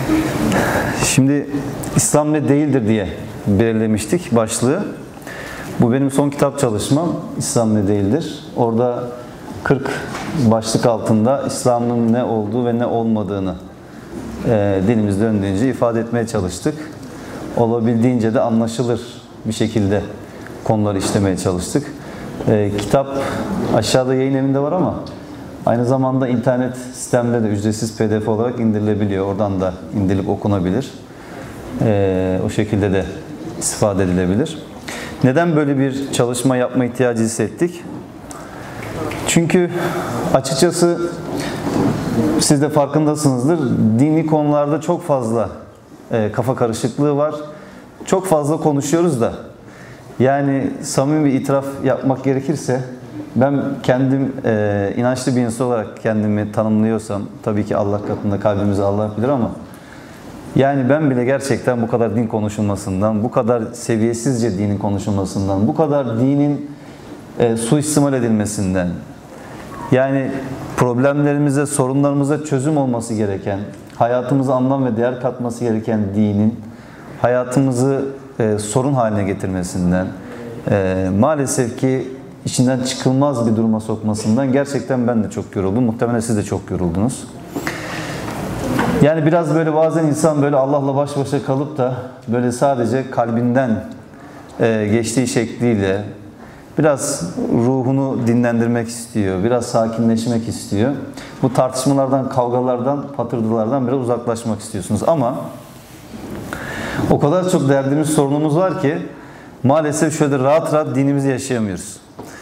Şimdi İslam ne değildir diye belirlemiştik başlığı. Bu benim son kitap çalışmam. İslam ne değildir. Orada 40 başlık altında İslam'ın ne olduğu ve ne olmadığını dilimiz döndüğünce ifade etmeye çalıştık. Olabildiğince de anlaşılır bir şekilde konuları işlemeye çalıştık. Kitap aşağıda yayın evinde var ama aynı zamanda internet sistemde de ücretsiz PDF olarak indirilebiliyor. Oradan da indirilip okunabilir. O şekilde de istifade edilebilir. Neden böyle bir çalışma yapma ihtiyacı hissettik? Çünkü açıkçası siz de farkındasınızdır. Dini konularda çok fazla kafa karışıklığı var. Çok fazla konuşuyoruz da. Yani samimi bir itiraf yapmak gerekirse ben kendim inançlı bir insan olarak kendimi tanımlıyorsam tabii ki Allah katında kalbimizi Allah bilir ama yani ben bile gerçekten bu kadar din konuşulmasından, bu kadar seviyesizce dinin konuşulmasından, bu kadar dinin suistimal edilmesinden, yani problemlerimize, sorunlarımıza çözüm olması gereken, hayatımıza anlam ve değer katması gereken dinin hayatımızı sorun haline getirmesinden, maalesef ki içinden çıkılmaz bir duruma sokmasından gerçekten ben de çok yoruldum. Muhtemelen siz de çok yoruldunuz. Yani biraz böyle bazen insan böyle Allah'la baş başa kalıp da böyle sadece kalbinden geçtiği şekliyle biraz ruhunu dinlendirmek istiyor, biraz sakinleşmek istiyor. Bu tartışmalardan, kavgalardan, patırdılardan biraz uzaklaşmak istiyorsunuz. Ama o kadar çok derdimiz, sorunumuz var ki maalesef şöyle rahat rahat dinimizi yaşayamıyoruz.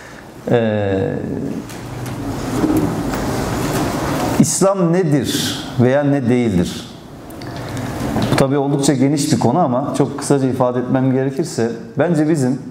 İslam nedir veya ne değildir? Bu tabii oldukça geniş bir konu ama çok kısaca ifade etmem gerekirse bence bizim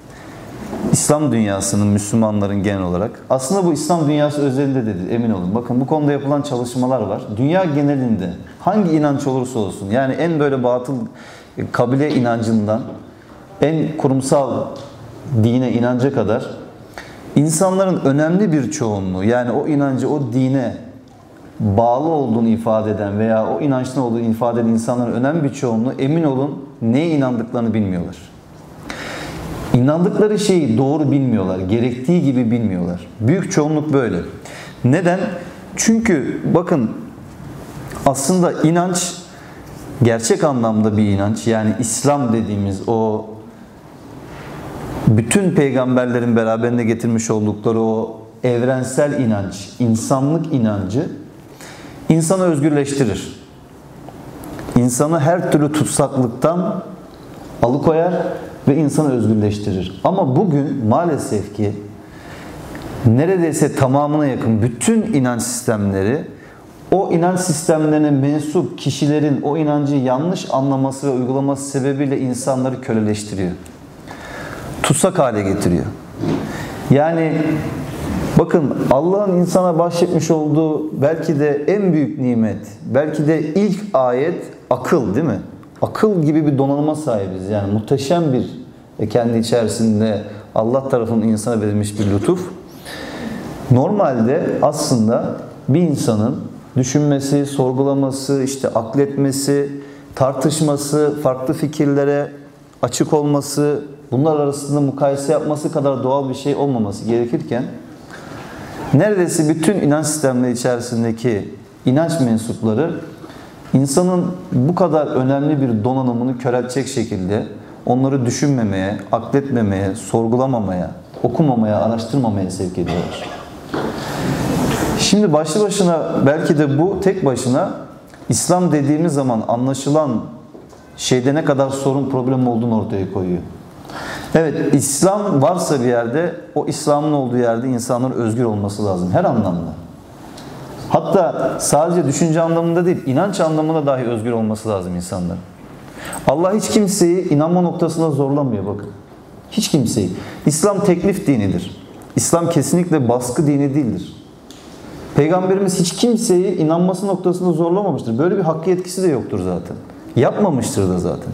İslam dünyasının, Müslümanların genel olarak aslında bu İslam dünyası özelinde de değil, emin olun. Bakın bu konuda yapılan çalışmalar var. Dünya genelinde hangi inanç olursa olsun yani en böyle batıl kabile inancından en kurumsal dine inanca kadar insanların önemli bir çoğunluğu yani o inancı, o dine bağlı olduğunu ifade eden veya o inançlı olduğunu ifade eden insanların önemli bir çoğunluğu emin olun neye inandıklarını bilmiyorlar. İnandıkları şeyi doğru bilmiyorlar, gerektiği gibi bilmiyorlar. Büyük çoğunluk böyle. Neden? Çünkü bakın aslında inanç gerçek anlamda bir inanç. Yani İslam dediğimiz o bütün peygamberlerin beraberinde getirmiş oldukları o evrensel inanç, insanlık inancı insanı özgürleştirir. İnsanı her türlü tutsaklıktan alıkoyar ve insanı özgürleştirir. Ama bugün maalesef ki neredeyse tamamına yakın bütün inanç sistemleri o inanç sistemlerine mensup kişilerin o inancı yanlış anlaması ve uygulaması sebebiyle insanları köleleştiriyor. Tutsak hale getiriyor. Yani bakın Allah'ın insana bahşetmiş olduğu belki de en büyük nimet, belki de ilk ayet akıl değil mi? Akıl gibi bir donanıma sahibiz. Yani muhteşem bir kendi içerisinde Allah tarafından insana verilmiş bir lütuf. Normalde aslında bir insanın düşünmesi, sorgulaması, işte akletmesi, tartışması, farklı fikirlere açık olması, bunlar arasında mukayese yapması kadar doğal bir şey olmaması gerekirken neredeyse bütün inanç sistemleri içerisindeki inanç mensupları insanın bu kadar önemli bir donanımını köreltecek şekilde onları düşünmemeye, akletmemeye, sorgulamamaya, okumamaya, araştırmamaya sevk ediyorlar. Şimdi başlı başına belki de bu tek başına İslam dediğimiz zaman anlaşılan şeyde ne kadar sorun problem olduğunu ortaya koyuyor. Evet, İslam varsa bir yerde, o İslam'ın olduğu yerde insanların özgür olması lazım. Her anlamda. Hatta sadece düşünce anlamında değil, inanç anlamında dahi özgür olması lazım insanların. Allah hiç kimseyi inanma noktasına zorlamıyor bakın. Hiç kimseyi. İslam teklif dinidir. İslam kesinlikle baskı dini değildir. Peygamberimiz hiç kimseyi inanması noktasında zorlamamıştır. Böyle bir hakkı yetkisi de yoktur zaten. Yapmamıştır da zaten.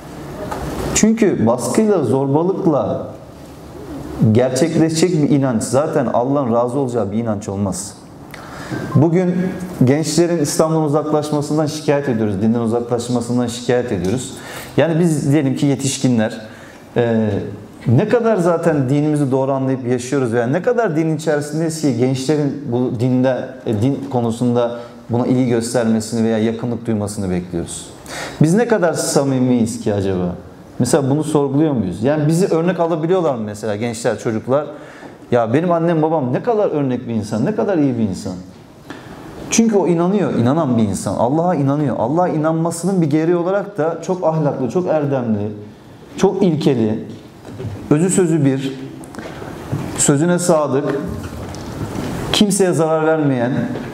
Çünkü baskıyla, zorbalıkla gerçekleşecek bir inanç zaten Allah'ın razı olacağı bir inanç olmaz. Bugün gençlerin İslam'dan uzaklaşmasından şikayet ediyoruz, dinden uzaklaşmasından şikayet ediyoruz. Yani biz diyelim ki yetişkinler ne kadar zaten dinimizi doğru anlayıp yaşıyoruz veya ne kadar dinin içerisindeyiz ki gençlerin bu din konusunda buna ilgi göstermesini veya yakınlık duymasını bekliyoruz. Biz ne kadar samimiyiz ki acaba? Mesela bunu sorguluyor muyuz? Yani bizi örnek alabiliyorlar mı mesela gençler, çocuklar? Ya benim annem babam ne kadar örnek bir insan, ne kadar iyi bir insan. Çünkü o inanıyor, inanan bir insan. Allah'a inanıyor. Allah'a inanmasının bir gereği olarak da çok ahlaklı, çok erdemli, çok ilkeli, özü sözü bir, sözüne sadık, kimseye zarar vermeyen,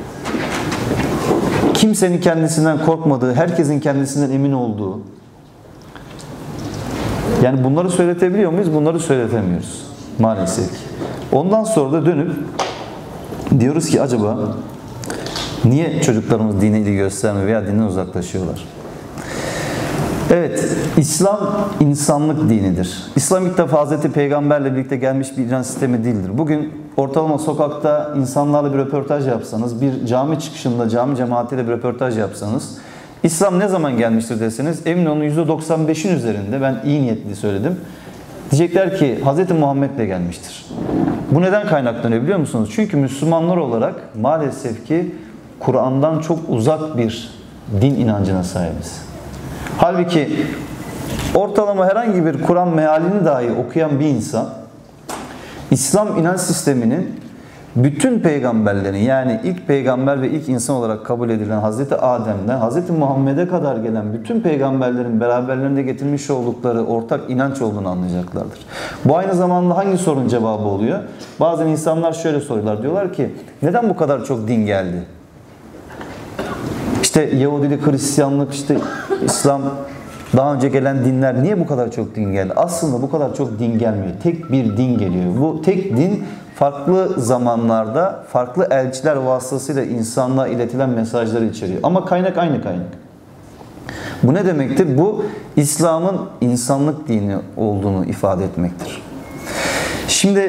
kimsenin kendisinden korkmadığı, herkesin kendisinden emin olduğu. Yani bunları söyletebiliyor muyuz? Bunları söyletemiyoruz maalesef ki. Ondan sonra da dönüp diyoruz ki acaba niye çocuklarımız dine ilgi göstermiyor veya dinden uzaklaşıyorlar? Evet, İslam insanlık dinidir. İslam ilk defa Hazreti Peygamberle birlikte gelmiş bir inanç sistemi değildir. Bugün ortalama sokakta insanlarla bir röportaj yapsanız, bir cami çıkışında cami cemaatiyle bir röportaj yapsanız, İslam ne zaman gelmiştir deseniz, emin olun %95'in üzerinde, ben iyi niyetli söyledim, diyecekler ki Hz. Muhammed'le gelmiştir. Bu neden kaynaklanıyor biliyor musunuz? Çünkü Müslümanlar olarak maalesef ki Kur'an'dan çok uzak bir din inancına sahibiz. Halbuki ortalama herhangi bir Kur'an mealini dahi okuyan bir insan, İslam inanç sisteminin bütün peygamberlerin, yani ilk peygamber ve ilk insan olarak kabul edilen Hazreti Adem'den Hazreti Muhammed'e kadar gelen bütün peygamberlerin beraberlerinde getirmiş oldukları ortak inanç olduğunu anlayacaklardır. Bu aynı zamanda hangi sorunun cevabı oluyor? Bazen insanlar şöyle soruyorlar, diyorlar ki neden bu kadar çok din geldi? İşte Yahudilik, Hristiyanlık, işte İslam, daha önce gelen dinler, niye bu kadar çok din geldi? Aslında bu kadar çok din gelmiyor. Tek bir din geliyor. Bu tek din farklı zamanlarda farklı elçiler vasıtasıyla insanlığa iletilen mesajları içeriyor. Ama kaynak aynı kaynak. Bu ne demektir? Bu İslam'ın insanlık dini olduğunu ifade etmektir. Şimdi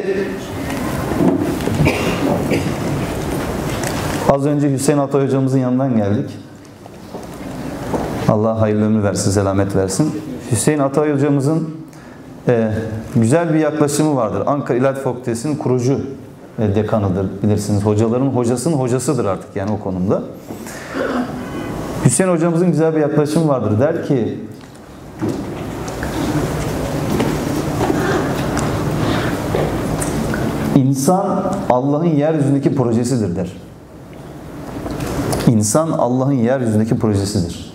az önce Hüseyin Atay hocamızın yanından geldik. Allah hayırlı ömür versin, selamet versin. Hüseyin Atay hocamızın güzel bir yaklaşımı vardır. Ankara İlahiyat Fakültesi'nin kurucu dekanıdır, bilirsiniz. Hocaların hocasının hocasıdır artık yani o konumda. Hüseyin hocamızın güzel bir yaklaşımı vardır. Der ki İnsan Allah'ın yeryüzündeki projesidir der. İnsan Allah'ın yeryüzündeki projesidir.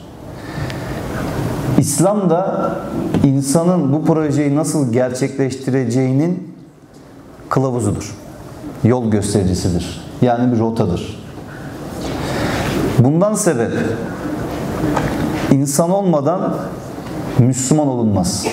İslam da insanın bu projeyi nasıl gerçekleştireceğinin kılavuzudur. Yol göstericisidir. Yani bir rotadır. Bundan sebep insan olmadan Müslüman olunmaz.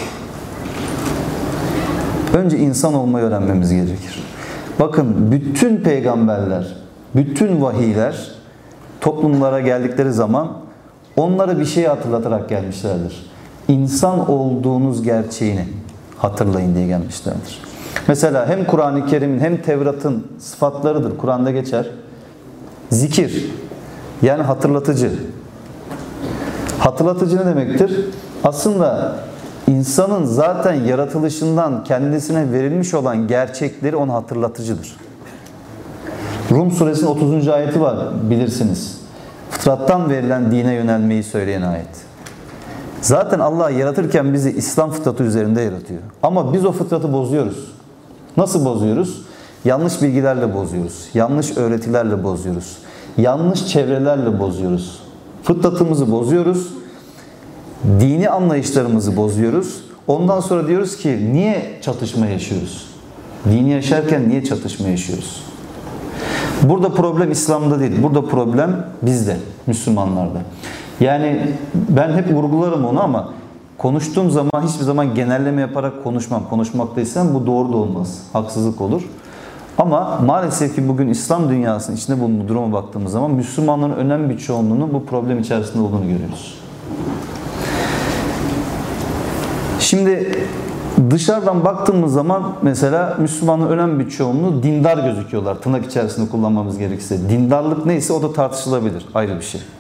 Önce insan olmayı öğrenmemiz gerekir. Bakın bütün peygamberler, bütün vahiyler toplumlara geldikleri zaman onlara bir şey hatırlatarak gelmişlerdir. İnsan olduğunuz gerçeğini hatırlayın diye gelmişlerdir. Mesela hem Kur'an-ı Kerim'in hem Tevrat'ın sıfatlarıdır. Kur'an'da geçer. Zikir, yani hatırlatıcı. Hatırlatıcı ne demektir? Aslında insanın zaten yaratılışından kendisine verilmiş olan gerçekleri ona hatırlatıcıdır. Rum suresinin 30. ayeti var, bilirsiniz. Fıtrattan verilen dine yönelmeyi söyleyen ayet. Zaten Allah yaratırken bizi İslam fıtratı üzerinde yaratıyor. Ama biz o fıtratı bozuyoruz. Nasıl bozuyoruz? Yanlış bilgilerle bozuyoruz. Yanlış öğretilerle bozuyoruz. Yanlış çevrelerle bozuyoruz. Fıtratımızı bozuyoruz. Dini anlayışlarımızı bozuyoruz. Ondan sonra diyoruz ki niye çatışma yaşıyoruz? Dini yaşarken niye çatışma yaşıyoruz? Burada problem İslam'da değil. Burada problem bizde, Müslümanlarda. Yani ben hep vurgularım onu ama konuştuğum zaman hiçbir zaman genelleme yaparak konuşmam. Konuşmaktaysam bu doğru da olmaz. Haksızlık olur. Ama maalesef ki bugün İslam dünyasının içinde bulunduğu duruma baktığımız zaman Müslümanların önemli bir çoğunluğunun bu problem içerisinde olduğunu görüyoruz. Şimdi Dışarıdan baktığımız zaman mesela Müslümanın önemli bir çoğunluğu dindar gözüküyorlar. Tırnak içerisinde kullanmamız gerekirse. Dindarlık neyse o da tartışılabilir. Ayrı bir şey.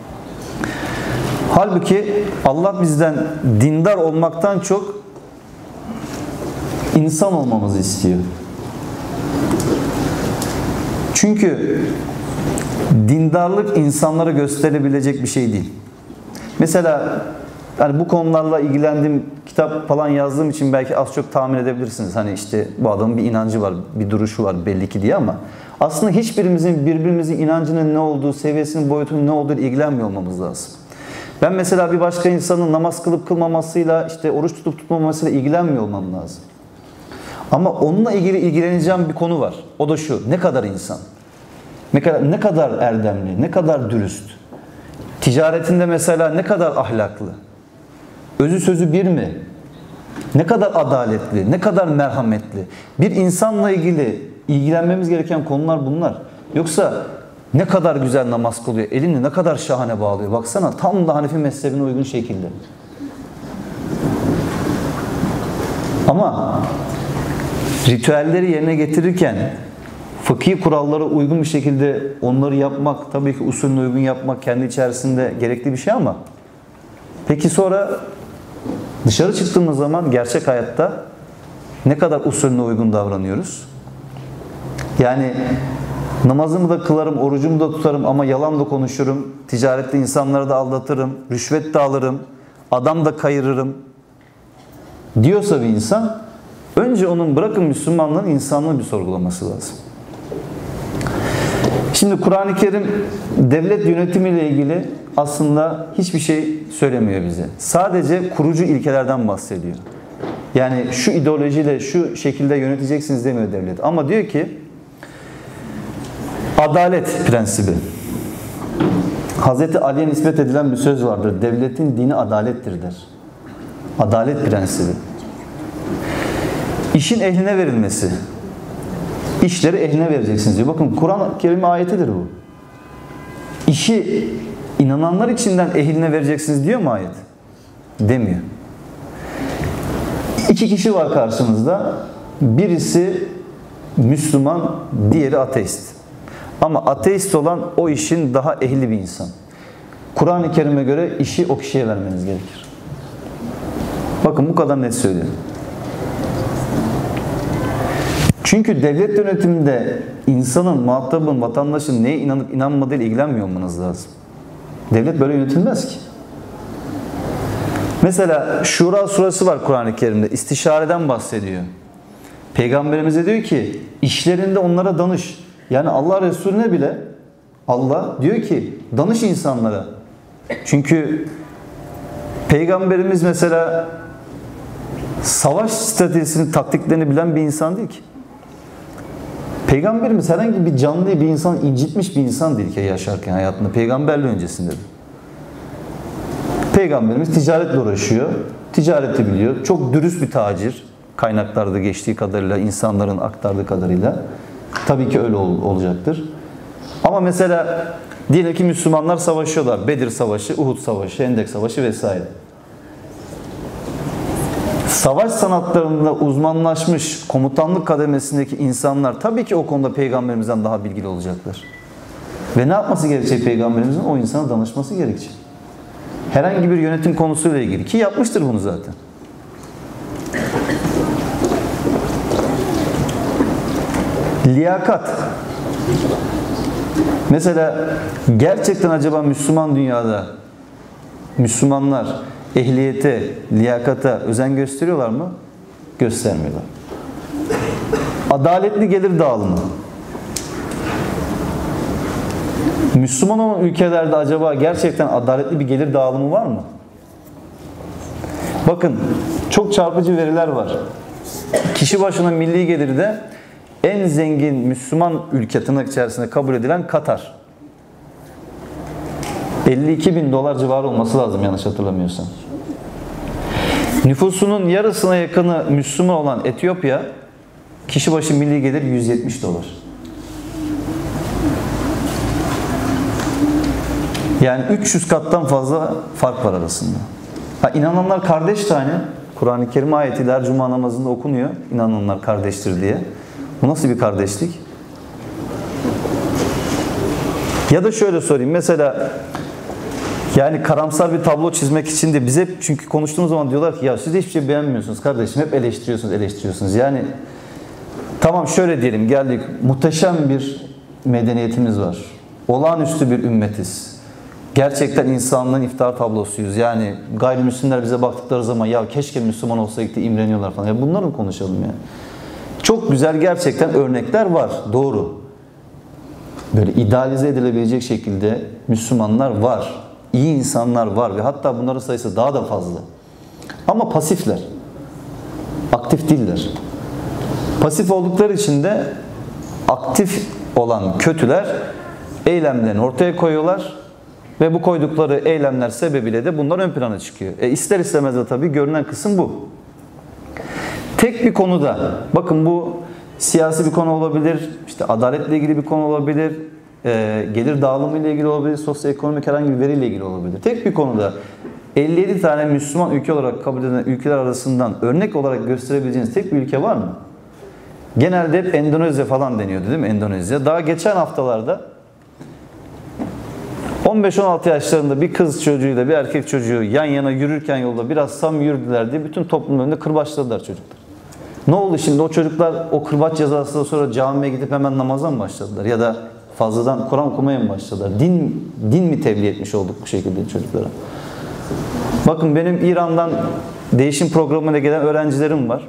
Halbuki Allah bizden dindar olmaktan çok insan olmamızı istiyor. Çünkü dindarlık insanlara gösterilebilecek bir şey değil. Mesela yani bu konularla ilgilendiğim, kitap falan yazdığım için belki az çok tahmin edebilirsiniz. Hani işte bu adamın bir inancı var, bir duruşu var belli ki diye, ama aslında hiçbirimizin birbirimizin inancının ne olduğu, seviyesinin, boyutunun ne olduğu ilgilenmiyor olmamız lazım. Ben mesela bir başka insanın namaz kılıp kılmamasıyla, işte oruç tutup tutmamasıyla ilgilenmiyor olmam lazım. Ama onunla ilgili ilgileneceğim bir konu var. O da şu: ne kadar insan? Ne kadar erdemli, ne kadar dürüst? Ticaretinde mesela ne kadar ahlaklı? Özü sözü bir mi? Ne kadar adaletli, ne kadar merhametli? Bir insanla ilgili ilgilenmemiz gereken konular bunlar. Yoksa ne kadar güzel namaz kılıyor, elini ne kadar şahane bağlıyor. Baksana, tam da Hanefi mezhebine uygun şekilde. Ama ritüelleri yerine getirirken fıkhi kurallara uygun bir şekilde onları yapmak, tabii ki usulüne uygun yapmak kendi içerisinde gerekli bir şey, ama peki sonra dışarı çıktığımız zaman gerçek hayatta ne kadar usulüne uygun davranıyoruz? Yani namazımı da kılarım, orucumu da tutarım ama yalan da konuşurum, ticarette insanları da aldatırım, rüşvet de alırım, adam da kayırırım diyorsa bir insan, önce onun bırakın Müslümanlığın, insanlığını bir sorgulaması lazım. Şimdi Kur'an-ı Kerim devlet yönetimiyle ilgili aslında hiçbir şey söylemiyor bize. Sadece kurucu ilkelerden bahsediyor. Yani şu ideolojiyle, şu şekilde yöneteceksiniz demiyor devlet. Ama diyor ki adalet prensibi. Hazreti Ali'ye nispet edilen bir söz vardır. Devletin dini adalettir der. Adalet prensibi. İşin ehline verilmesi. İşleri ehline vereceksiniz diyor. Bakın Kur'an-ı Kerim ayetidir bu. İşi inananlar içinden ehline vereceksiniz diyor mu ayet? Demiyor. İki kişi var karşımızda. Birisi Müslüman, diğeri ateist. Ama ateist olan o işin daha ehli bir insan. Kur'an-ı Kerim'e göre işi o kişiye vermeniz gerekir. Bakın bu kadar net söylüyorum. Çünkü devlet yönetiminde insanın, muhatabın, vatandaşın neye inanıp inanmadığıyla ilgilenmiyor olmanız lazım. Devlet böyle yönetilmez ki. Mesela Şura suresi var Kur'an-ı Kerim'de. İstişareden bahsediyor. Peygamberimize diyor ki işlerinde onlara danış. Yani Allah Resulüne bile Allah diyor ki danış insanlara. Çünkü Peygamberimiz mesela savaş stratejisini, taktiklerini bilen bir insan değil ki. Peygamberimiz herhangi bir canlı bir insan incitmiş bir insan değil ki yaşarken hayatında, peygamberliği öncesinde de. Peygamberimiz ticaretle uğraşıyor, ticareti biliyor, çok dürüst bir tacir, kaynaklarda geçtiği kadarıyla, insanların aktardığı kadarıyla. Tabii ki öyle olacaktır. Ama mesela diyelim ki Müslümanlar savaşıyorlar, Bedir Savaşı, Uhud Savaşı, Hendek Savaşı vesaire. Savaş sanatlarında uzmanlaşmış komutanlık kademesindeki insanlar tabii ki o konuda Peygamberimizden daha bilgili olacaklar. Ve ne yapması gerekecek Peygamberimizin? O insana danışması gerekecek. Herhangi bir yönetim konusuyla ilgili, ki yapmıştır bunu zaten. Liyakat. Mesela gerçekten acaba Müslüman dünyada Müslümanlar ehliyete, liyakata özen gösteriyorlar mı? Göstermiyorlar. Adaletli gelir dağılımı. Müslüman olan ülkelerde acaba gerçekten adaletli bir gelir dağılımı var mı? Bakın çok çarpıcı veriler var. Kişi başına milli gelirde en zengin Müslüman ülke tırnak içerisinde kabul edilen Katar. 52.000 dolar civarı olması lazım yanlış hatırlamıyorsam. Nüfusunun yarısına yakını Müslüman olan Etiyopya, kişi başı milli gelir 170 dolar. Yani 300 kattan fazla fark var arasında. Ha, inananlar kardeş tane Kur'an-ı Kerim ayeti her cuma namazında okunuyor. İnananlar kardeştir diye. Bu nasıl bir kardeşlik? Ya da şöyle sorayım. Mesela yani karamsar bir tablo çizmek için de bize, çünkü konuştuğumuz zaman diyorlar ki ya siz hiçbir şey beğenmiyorsunuz kardeşim. Hep eleştiriyorsunuz. Yani tamam, şöyle diyelim, geldik. Muhteşem bir medeniyetimiz var. Olağanüstü bir ümmetiz. Gerçekten insanlığın iftar tablosuyuz. Yani gayrimüslimler bize baktıkları zaman ya keşke Müslüman olsaydık diye imreniyorlar falan. Ya bunları mı konuşalım ya? Çok güzel gerçekten örnekler var. Doğru. Böyle idealize edilebilecek şekilde Müslümanlar var. İyi insanlar var ve hatta bunların sayısı daha da fazla. Ama pasifler. Aktif değiller. Pasif oldukları için de aktif olan kötüler eylemlerini ortaya koyuyorlar ve bu koydukları eylemler sebebiyle de bunlar ön plana çıkıyor. İster istemez de tabii görünen kısım bu. Tek bir konuda, bakın bu siyasi bir konu olabilir, işte adaletle ilgili bir konu olabilir, gelir dağılımı ile ilgili olabilir, sosyoekonomik herhangi bir veriyle ilgili olabilir. Tek bir konuda 57 tane Müslüman ülke olarak kabul edilen ülkeler arasından örnek olarak gösterebileceğiniz tek bir ülke var mı? Genelde hep Endonezya falan deniyordu değil mi? Endonezya. Daha geçen haftalarda 15-16 yaşlarında bir kız çocuğuyla bir erkek çocuğu yan yana yürürken yolda biraz samimi yürüdüler diye bütün toplumun önünde kırbaçladılar çocuklar. Ne oldu şimdi? O çocuklar o kırbaç cezasından sonra camiye gidip hemen namaza mı başladılar? Ya da fazladan Kur'an okumaya mı başladılar? Din mi tebliğ etmiş olduk bu şekilde çocuklara? Bakın benim İran'dan değişim programıyla gelen öğrencilerim var.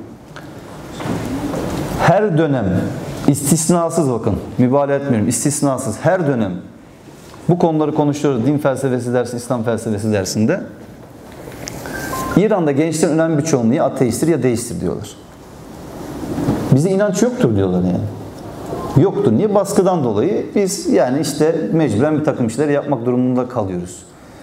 Her dönem istisnasız, bakın mübalağa etmiyorum, istisnasız her dönem bu konuları konuşuyoruz. Din felsefesi dersi, İslam felsefesi dersinde. İran'da gençlerin önemli bir çoğunluğu ya ateisttir ya deisttir diyorlar. Bize inanç yoktur diyorlar yani. Yoktur. Niye? Baskıdan dolayı biz yani işte mecburen bir takım işleri yapmak durumunda kalıyoruz.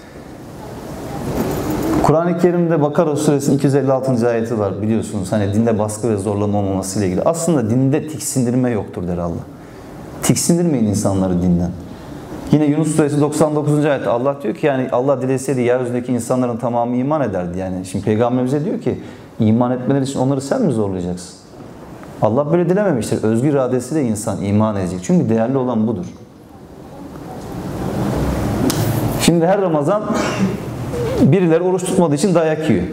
Kur'an-ı Kerim'de Bakara suresinin 256. ayeti var biliyorsunuz. Hani dinde baskı ve zorlama olmaması ile ilgili. Aslında dinde tiksindirme yoktur der Allah. Tiksindirmeyin insanları dinden. Yine Yunus suresi 99. ayette Allah diyor ki yani Allah dileseydi yeryüzündeki insanların tamamı iman ederdi. Yani şimdi Peygamberimize diyor ki iman etmeleri için onları sen mi zorlayacaksın? Allah böyle dilememiştir. Özgür iradesiyle insan iman edecek. Çünkü değerli olan budur. Şimdi her Ramazan birileri oruç tutmadığı için dayak yiyor.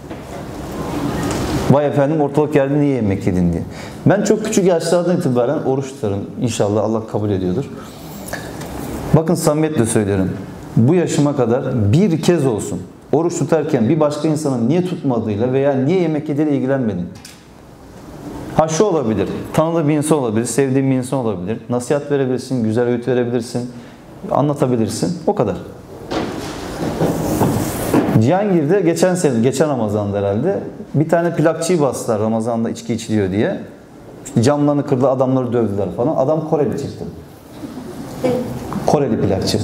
Vay efendim ortalık yerde niye yemek yedin diye. Ben çok küçük yaşlardan itibaren oruç tutarım. İnşallah Allah kabul ediyordur. Bakın samimiyetle söylüyorum. Bu yaşıma kadar bir kez olsun oruç tutarken bir başka insanın niye tutmadığıyla veya niye yemek yediğiyle ilgilenmedim. Ha şu olabilir, tanıdığı bir insan olabilir, sevdiğin bir insan olabilir. Nasihat verebilirsin, güzel öğüt verebilirsin, anlatabilirsin. O kadar. Cihangir'de geçen Ramazan'da herhalde bir tane plakçıyı bastılar Ramazan'da içki içiliyor diye. İşte camlarını kırdı, adamları dövdüler falan. Adam Koreli çıktı. Koreli plakçı.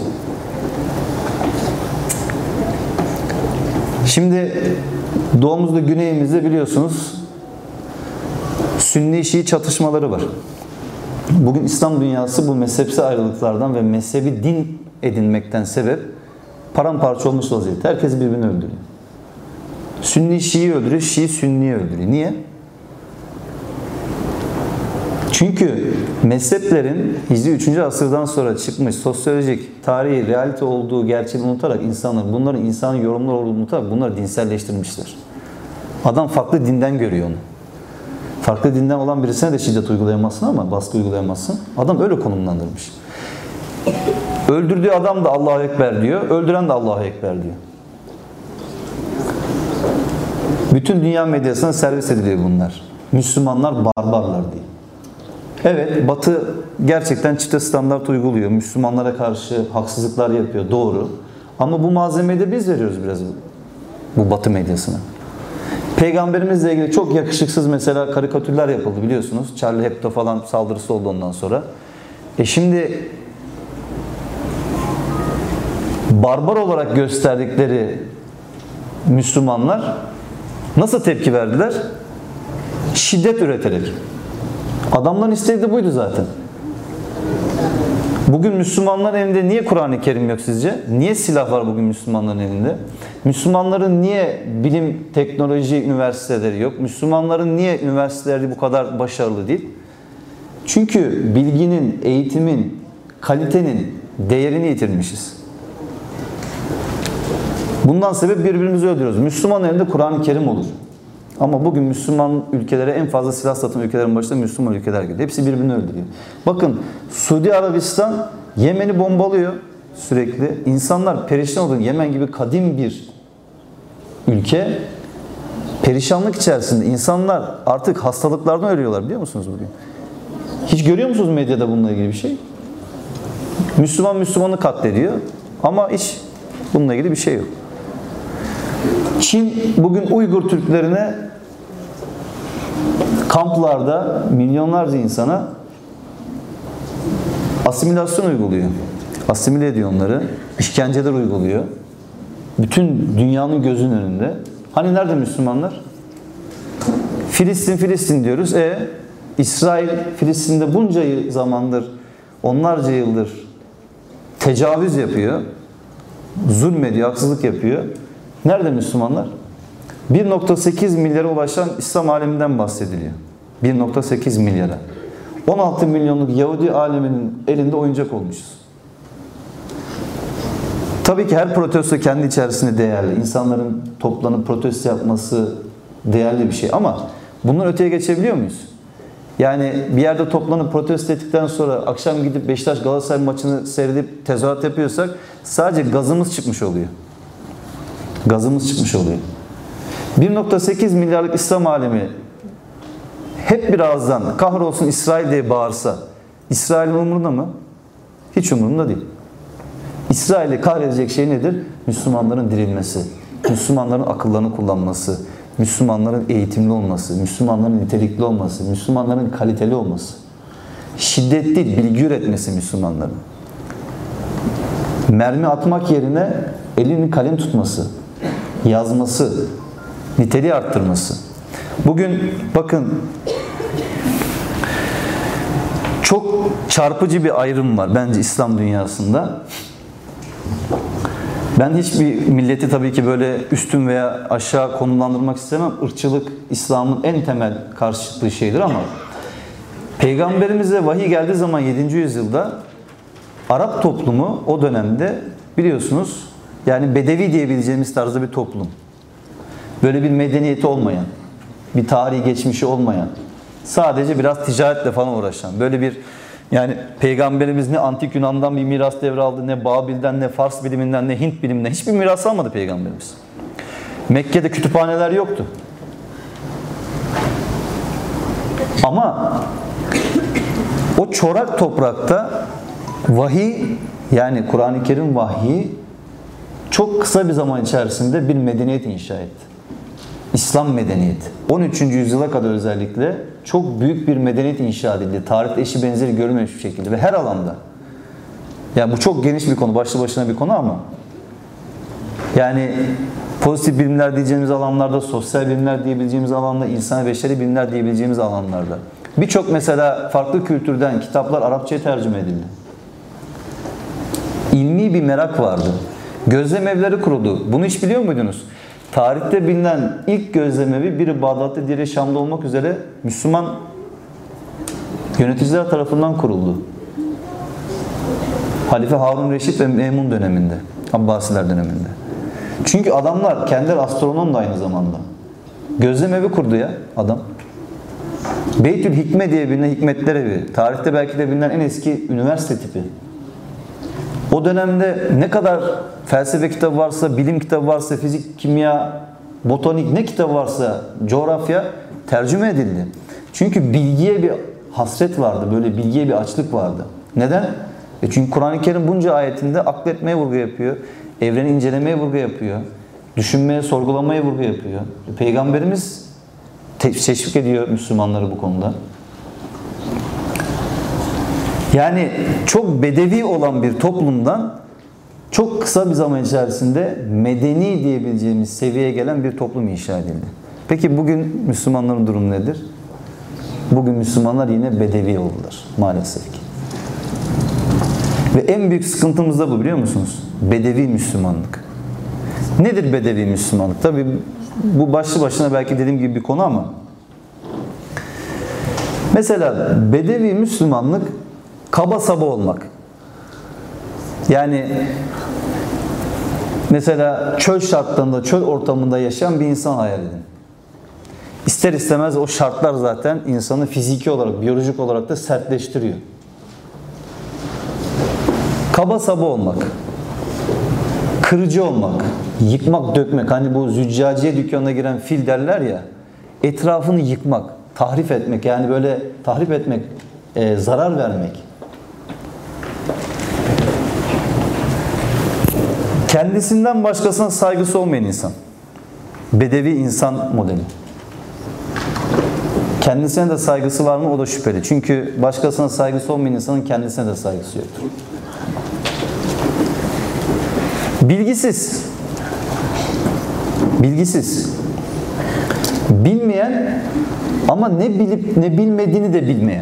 Şimdi doğumuzda güneyimizde biliyorsunuz Sünni-Şii çatışmaları var. Bugün İslam dünyası bu mezhepsel ayrılıklardan ve mezhebi din edinmekten sebep paramparça olmuş vaziyette. Herkes birbirini öldürüyor. Sünni Şii'yi öldürüyor, Şii Sünni'yi öldürüyor. Niye? Çünkü mezheplerin Hicri 3. asırdan sonra çıkmış sosyolojik, tarihi, realite olduğu gerçeğini unutarak insanlar, bunların insanın yorumları olduğunu unutarak bunları dinselleştirmişler. Adam farklı dinden görüyor onu. Farklı dinden olan birisine de şiddet uygulayamazsın ama baskı uygulayamazsın. Adam öyle konumlandırmış. Öldürdüğü adam da Allahu Ekber diyor, öldüren de Allahu Ekber diyor. Bütün dünya medyasına servis ediliyor bunlar. Müslümanlar barbarlar diye. Evet, Batı gerçekten çifte standart uyguluyor. Müslümanlara karşı haksızlıklar yapıyor, doğru. Ama bu malzemeyi de biz veriyoruz biraz bu Batı medyasına. Peygamberimizle ilgili çok yakışıksız mesela karikatürler yapıldı biliyorsunuz. Charlie Hebdo falan saldırısı oldu ondan sonra. Şimdi barbar olarak gösterdikleri Müslümanlar nasıl tepki verdiler? Şiddet üreterek. Adamların isteği de buydu zaten. Bugün Müslümanların elinde niye Kur'an-ı Kerim yok sizce? Niye silah var bugün Müslümanların elinde? Müslümanların niye bilim, teknoloji üniversiteleri yok? Müslümanların niye üniversiteleri bu kadar başarılı değil? Çünkü bilginin, eğitimin, kalitenin değerini yitirmişiz. Bundan sebep birbirimizi öldürüyoruz. Müslüman elinde Kur'an-ı Kerim olur. Ama bugün Müslüman ülkelere en fazla silah satan ülkelerin başında Müslüman ülkeler geliyor. Hepsi birbirini öldürüyor. Bakın Suudi Arabistan Yemen'i bombalıyor sürekli. İnsanlar perişan oluyor. Yemen gibi kadim bir ülke perişanlık içerisinde. İnsanlar artık hastalıklardan ölüyorlar, biliyor musunuz bugün? Hiç görüyor musunuz medyada bununla ilgili bir şey? Müslüman Müslümanı katlediyor ama hiç bununla ilgili bir şey yok. Çin bugün Uygur Türklerine kamplarda milyonlarca insana asimilasyon uyguluyor. Asimile ediyor onları. İşkenceler uyguluyor. Bütün dünyanın gözünün önünde. Hani nerede Müslümanlar? Filistin, Filistin diyoruz. İsrail Filistin'de bunca zamandır, onlarca yıldır tecavüz yapıyor. Zulmediyor, haksızlık yapıyor. Nerede Müslümanlar? 1.8 milyara ulaşan İslam aleminden bahsediliyor. 1.8 milyara. 16 milyonluk Yahudi aleminin elinde oyuncak olmuşuz. Tabii ki her protesto kendi içerisinde değerli. İnsanların toplanıp protesto yapması değerli bir şey. Ama bundan öteye geçebiliyor muyuz? Yani bir yerde toplanıp protesto ettikten sonra akşam gidip Beşiktaş Galatasaray maçını seyredip tezahürat yapıyorsak sadece gazımız çıkmış oluyor. Gazımız çıkmış oluyor. 1.8 milyarlık İslam alemi hep bir ağızdan kahrolsun İsrail diye bağırsa İsrail'in umurunda mı? Hiç umurunda değil. İsrail'i kahredecek şey nedir? Müslümanların dirilmesi, Müslümanların akıllarını kullanması, Müslümanların eğitimli olması, Müslümanların nitelikli olması, Müslümanların kaliteli olması. Şiddet değil, bilgi üretmesi Müslümanların. Mermi atmak yerine elini kalem tutması, yazması, niteliği arttırması. Bugün bakın çok çarpıcı bir ayrım var bence İslam dünyasında. Ben hiçbir milleti tabii ki böyle üstün veya aşağı konumlandırmak istemem. Irkçılık İslam'ın en temel karşı çıktığı şeydir ama Peygamberimize vahiy geldiği zaman 7. yüzyılda Arap toplumu o dönemde biliyorsunuz yani Bedevi diyebileceğimiz tarzda bir toplum. Böyle bir medeniyeti olmayan, bir tarihi geçmişi olmayan, sadece biraz ticaretle falan uğraşan, böyle bir yani Peygamberimiz ne Antik Yunan'dan bir miras devraldı, ne Babil'den, ne Fars biliminden, ne Hint biliminden hiçbir miras almadı Peygamberimiz. Mekke'de kütüphaneler yoktu. Ama o çorak toprakta vahiy yani Kur'an-ı Kerim vahyi çok kısa bir zaman içerisinde bir medeniyet inşa etti. İslam medeniyeti. 13. yüzyıla kadar özellikle çok büyük bir medeniyet inşa edildi. Tarihte eşi benzeri görülmemiş bir şekilde ve her alanda. Yani bu çok geniş bir konu, başlı başına bir konu ama yani pozitif bilimler diyeceğimiz alanlarda, sosyal bilimler diyebileceğimiz alanlarda, insan ve beşeri bilimler diyebileceğimiz alanlarda. Birçok mesela farklı kültürden kitaplar Arapçaya tercüme edildi. İlmi bir merak vardı. Gözlem evleri kuruldu. Bunu hiç biliyor muydunuz? Tarihte bilinen ilk gözlemevi biri Bağdat'ta, diğeri Şam'da olmak üzere Müslüman yöneticiler tarafından kuruldu. Halife Harun Reşit ve Memun döneminde, Abbasiler döneminde. Çünkü adamlar kendileri astronom da aynı zamanda. Gözlemevi kurdu ya adam. Beytül Hikme diye bilinen hikmetler evi. Tarihte belki de bilinen en eski üniversite tipi. O dönemde ne kadar felsefe kitabı varsa, bilim kitabı varsa, fizik, kimya, botanik ne kitabı varsa, coğrafya tercüme edildi. Çünkü bilgiye bir hasret vardı, böyle bilgiye bir açlık vardı. Neden? Çünkü Kur'an-ı Kerim bunca ayetinde akletmeye vurgu yapıyor, evreni incelemeye vurgu yapıyor, düşünmeye, sorgulamaya vurgu yapıyor. Peygamberimiz teşvik ediyor Müslümanları bu konuda. Yani çok bedevi olan bir toplumdan çok kısa bir zaman içerisinde medeni diyebileceğimiz seviyeye gelen bir toplum inşa edildi. Peki bugün Müslümanların durumu nedir? Bugün Müslümanlar yine bedevi oldular maalesef ki. Ve en büyük sıkıntımız da bu, biliyor musunuz? Bedevi Müslümanlık. Nedir bedevi Müslümanlık? Tabii bu başlı başına belki dediğim gibi bir konu ama mesela bedevi Müslümanlık kaba saba olmak. Yani mesela çöl şartlarında, çöl ortamında yaşayan bir insan hayal edin. İster istemez o şartlar zaten insanı fiziki olarak, biyolojik olarak da sertleştiriyor. Kaba saba olmak, kırıcı olmak, yıkmak, dökmek. Hani bu züccaciye dükkanına giren fil derler ya, etrafını yıkmak, tahrip etmek. Yani böyle tahrip etmek, zarar vermek. Kendisinden başkasına saygısı olmayan insan. Bedevi insan modeli. Kendisine de saygısı var mı? O da şüpheli. Çünkü başkasına saygısı olmayan insanın kendisine de saygısı yoktur. Bilgisiz. Bilgisiz. Bilmeyen ama ne bilip ne bilmediğini de bilmeyen.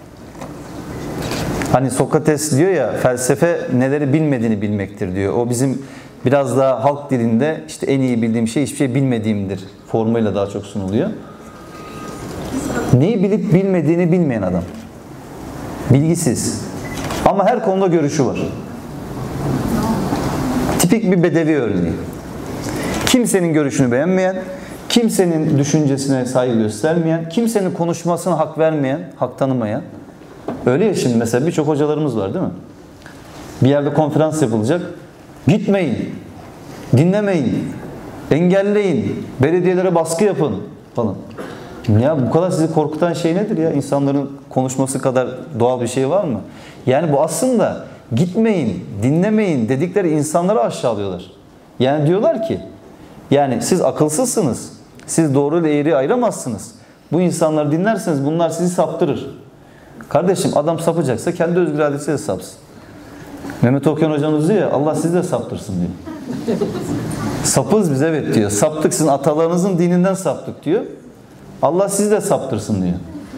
Hani Sokrates diyor ya, felsefe neleri bilmediğini bilmektir diyor. O bizim biraz daha halk dilinde işte en iyi bildiğim şey hiçbir şey bilmediğimdir formuyla daha çok sunuluyor. Neyi bilip bilmediğini bilmeyen adam. Bilgisiz. Ama her konuda görüşü var. Tipik bir bedevi örneği. Kimsenin görüşünü beğenmeyen, kimsenin düşüncesine saygı göstermeyen, kimsenin konuşmasına hak vermeyen, hak tanımayan. Öyle ya, şimdi mesela birçok hocalarımız var değil mi? Bir yerde konferans yapılacak. Gitmeyin, dinlemeyin, engelleyin, belediyelere baskı yapın falan. Ya bu kadar sizi korkutan şey nedir ya? İnsanların konuşması kadar doğal bir şey var mı? Yani bu aslında gitmeyin, dinlemeyin dedikleri insanları aşağılıyorlar. Yani diyorlar ki, yani siz akılsızsınız, siz doğru ile eğriyi ayıramazsınız. Bu insanları dinlerseniz bunlar sizi saptırır. Kardeşim, adam sapacaksa kendi özgür iradesiyle sapsın. Mehmet Okyan hocamız diyor ya, Allah sizi de saptırsın diyor. Sapız biz, evet diyor. Saptık, sizin atalarınızın dininden saptık diyor. Allah sizi de saptırsın diyor.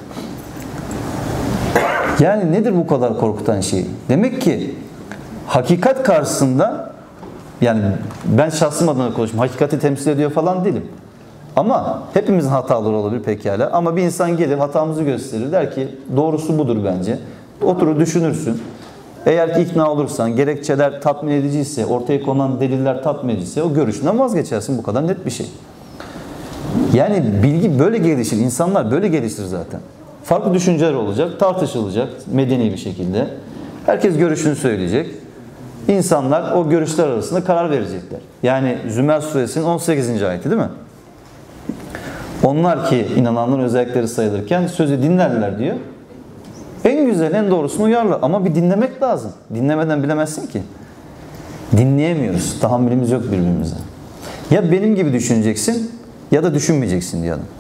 Yani nedir bu kadar korkutan şey? Demek ki hakikat karşısında, yani ben şahsım adına konuşayım, hakikati temsil ediyor falan değilim. Ama hepimizin hataları olabilir pekala. Ama bir insan gelir hatamızı gösterir, der ki doğrusu budur bence. Oturur düşünürsün. Eğer ki ikna olursan, gerekçeler tatmin ediciyse, ortaya konan deliller tatmin ediciyse o görüşünden vazgeçersin. Bu kadar net bir şey. Yani bilgi böyle gelişir. İnsanlar böyle gelişir zaten. Farklı düşünceler olacak, tartışılacak medeni bir şekilde. Herkes görüşünü söyleyecek. İnsanlar o görüşler arasında karar verecekler. Yani Zümer suresinin 18. ayeti değil mi? Onlar ki inananların özellikleri sayılırken sözü dinlerler diyor. En güzel, en doğrusunu uyarlar. Ama bir dinlemek lazım. Dinlemeden bilemezsin ki. Dinleyemiyoruz. Tahammülümüz yok birbirimize. Ya benim gibi düşüneceksin ya da düşünmeyeceksin diyor adam.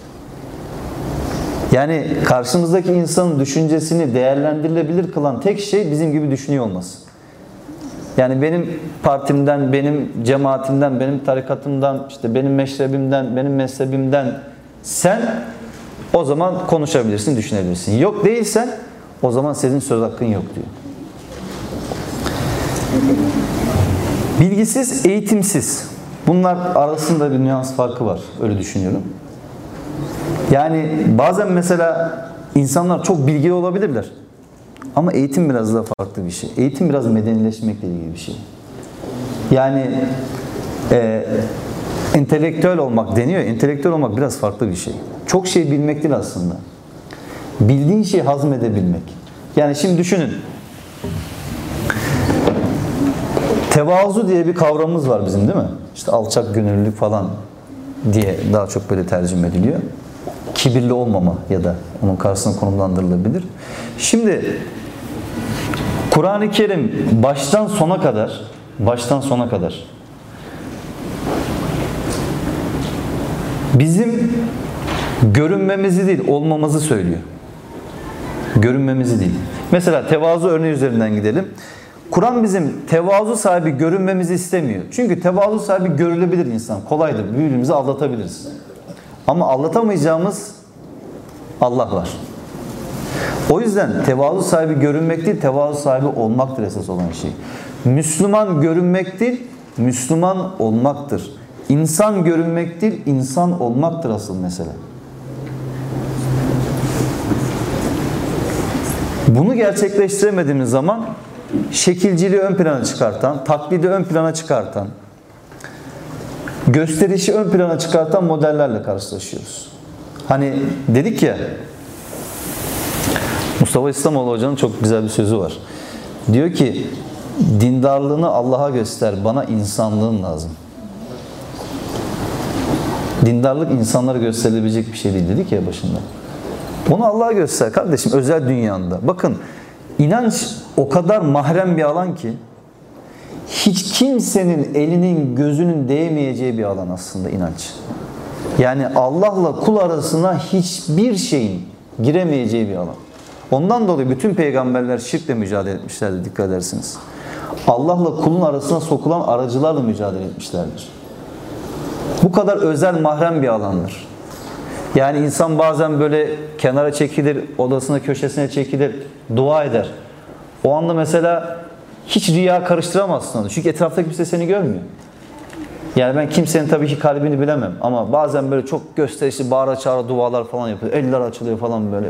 Yani karşımızdaki insanın düşüncesini değerlendirilebilir kılan tek şey bizim gibi düşünüyor olması. Yani benim partimden, benim cemaatimden, benim tarikatımdan, işte benim meşrebimden, benim mezhebimden sen o zaman konuşabilirsin, düşünebilirsin. Yok değilsen o zaman senin söz hakkın yok diyor. Bilgisiz, eğitimsiz. Bunlar arasında bir nüans farkı var. Öyle düşünüyorum. Yani bazen mesela insanlar çok bilgili olabilirler. Ama eğitim biraz daha farklı bir şey. Eğitim biraz medenileşmekle ilgili bir şey. Yani entelektüel olmak deniyor. Entelektüel olmak biraz farklı bir şey. Çok şey bilmek değil aslında. Bildiğin şeyi hazmedebilmek. Yani şimdi düşünün. Tevazu diye bir kavramımız var bizim değil mi? İşte alçak gönüllülük falan diye daha çok böyle tercüme ediliyor. Kibirli olmama ya da onun karşısına konumlandırılabilir. Şimdi Kur'an-ı Kerim baştan sona kadar bizim görünmemizi değil, olmamızı söylüyor. Görünmemizi değil. Mesela tevazu örneği üzerinden gidelim. Kur'an bizim tevazu sahibi görünmemizi istemiyor. Çünkü tevazu sahibi görülebilir insan. Kolaydır. Birbirimizi aldatabiliriz. Ama aldatamayacağımız Allah var. O yüzden tevazu sahibi görünmek değil, tevazu sahibi olmaktır esas olan şey. Müslüman görünmek değil, Müslüman olmaktır. İnsan görünmek değil, insan olmaktır asıl mesele. Bunu gerçekleştiremediğimiz zaman şekilciliği ön plana çıkartan, taklidi ön plana çıkartan, gösterişi ön plana çıkartan modellerle karşılaşıyoruz. Hani dedik ya, Mustafa İslamoğlu Hoca'nın çok güzel bir sözü var. Diyor ki, dindarlığını Allah'a göster, bana insanlığın lazım. Dindarlık insanlara gösterilebilecek bir şey değil dedik ya başında. Onu Allah'a göster kardeşim, özel dünyanda. Bakın, inanç o kadar mahrem bir alan ki, hiç kimsenin elinin gözünün değmeyeceği bir alan aslında inanç. Yani Allah'la kul arasına hiçbir şeyin giremeyeceği bir alan. Ondan dolayı bütün peygamberler şirkle mücadele etmişlerdir, dikkat edersiniz. Allah'la kulun arasına sokulan aracılarla mücadele etmişlerdir. Bu kadar özel, mahrem bir alandır. Yani insan bazen böyle kenara çekilir, odasına, köşesine çekilir, dua eder. O anda mesela hiç riya karıştıramazsın onu. Çünkü etraftaki kimse seni görmüyor. Yani ben kimsenin tabii ki kalbini bilemem. Ama bazen böyle çok gösterişli, bağıra çağıra dualar falan yapıyor. Eller açılıyor falan böyle.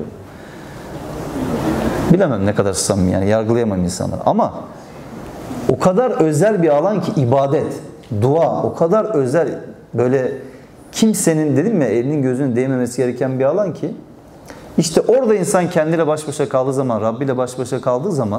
Bilemem ne kadar samimi, yani yargılayamam insanları. Ama o kadar özel bir alan ki ibadet, dua o kadar özel, böyle kimsenin, dedim ya, elinin gözünün değmemesi gereken bir alan ki, işte orada insan kendiyle baş başa kaldığı zaman, Rabbi ile baş başa kaldığı zaman